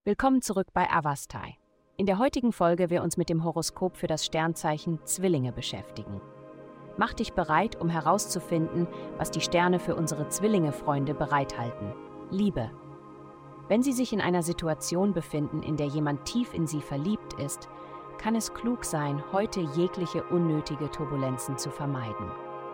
Willkommen zurück bei Avastai. In der heutigen Folge werden wir uns mit dem Horoskop für das Sternzeichen Zwillinge beschäftigen. Mach dich bereit, um herauszufinden, was die Sterne für unsere Zwillinge-Freunde bereithalten. Liebe. Wenn Sie sich in einer Situation befinden, in der jemand tief in Sie verliebt ist, kann es klug sein, heute jegliche unnötige Turbulenzen zu vermeiden.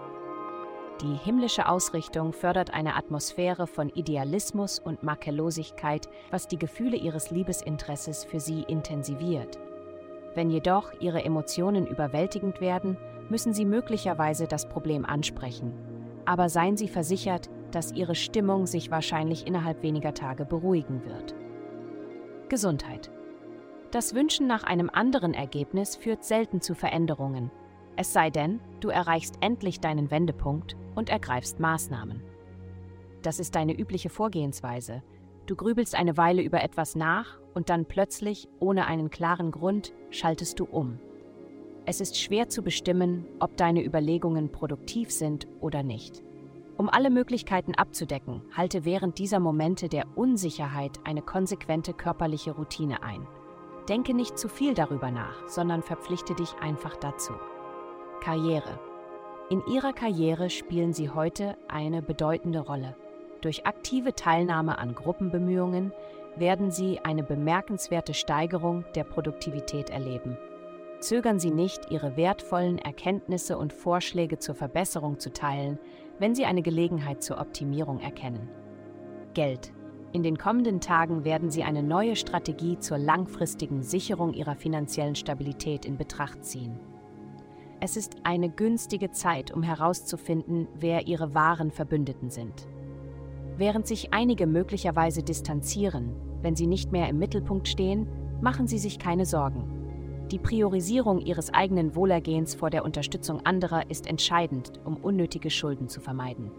Die himmlische Ausrichtung fördert eine Atmosphäre von Idealismus und Makellosigkeit, was die Gefühle Ihres Liebesinteresses für Sie intensiviert. Wenn jedoch Ihre Emotionen überwältigend werden, müssen Sie möglicherweise das Problem ansprechen. Aber seien Sie versichert, dass Ihre Stimmung sich wahrscheinlich innerhalb weniger Tage beruhigen wird. Gesundheit. Das Wünschen nach einem anderen Ergebnis führt selten zu Veränderungen. Es sei denn, du erreichst endlich deinen Wendepunkt und ergreifst Maßnahmen. Das ist deine übliche Vorgehensweise. Du grübelst eine Weile über etwas nach und dann plötzlich, ohne einen klaren Grund, schaltest du um. Es ist schwer zu bestimmen, ob deine Überlegungen produktiv sind oder nicht. Um alle Möglichkeiten abzudecken, halte während dieser Momente der Unsicherheit eine konsequente körperliche Routine ein. Denke nicht zu viel darüber nach, sondern verpflichte dich einfach dazu. Karriere. In Ihrer Karriere spielen Sie heute eine bedeutende Rolle. Durch aktive Teilnahme an Gruppenbemühungen werden Sie eine bemerkenswerte Steigerung der Produktivität erleben. Zögern Sie nicht, Ihre wertvollen Erkenntnisse und Vorschläge zur Verbesserung zu teilen, wenn Sie eine Gelegenheit zur Optimierung erkennen. Geld. In den kommenden Tagen werden Sie eine neue Strategie zur langfristigen Sicherung Ihrer finanziellen Stabilität in Betracht ziehen. Es ist eine günstige Zeit, um herauszufinden, wer Ihre wahren Verbündeten sind. Während sich einige möglicherweise distanzieren, wenn sie nicht mehr im Mittelpunkt stehen, machen Sie sich keine Sorgen. Die Priorisierung Ihres eigenen Wohlergehens vor der Unterstützung anderer ist entscheidend, um unnötige Schulden zu vermeiden.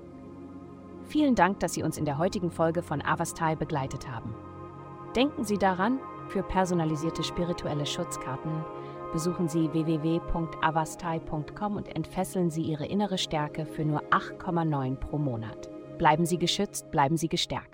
Vielen Dank, dass Sie uns in der heutigen Folge von Avastai begleitet haben. Denken Sie daran, für personalisierte spirituelle Schutzkarten besuchen Sie www.avastai.com und entfesseln Sie Ihre innere Stärke für nur 8,9 pro Monat. Bleiben Sie geschützt, bleiben Sie gestärkt.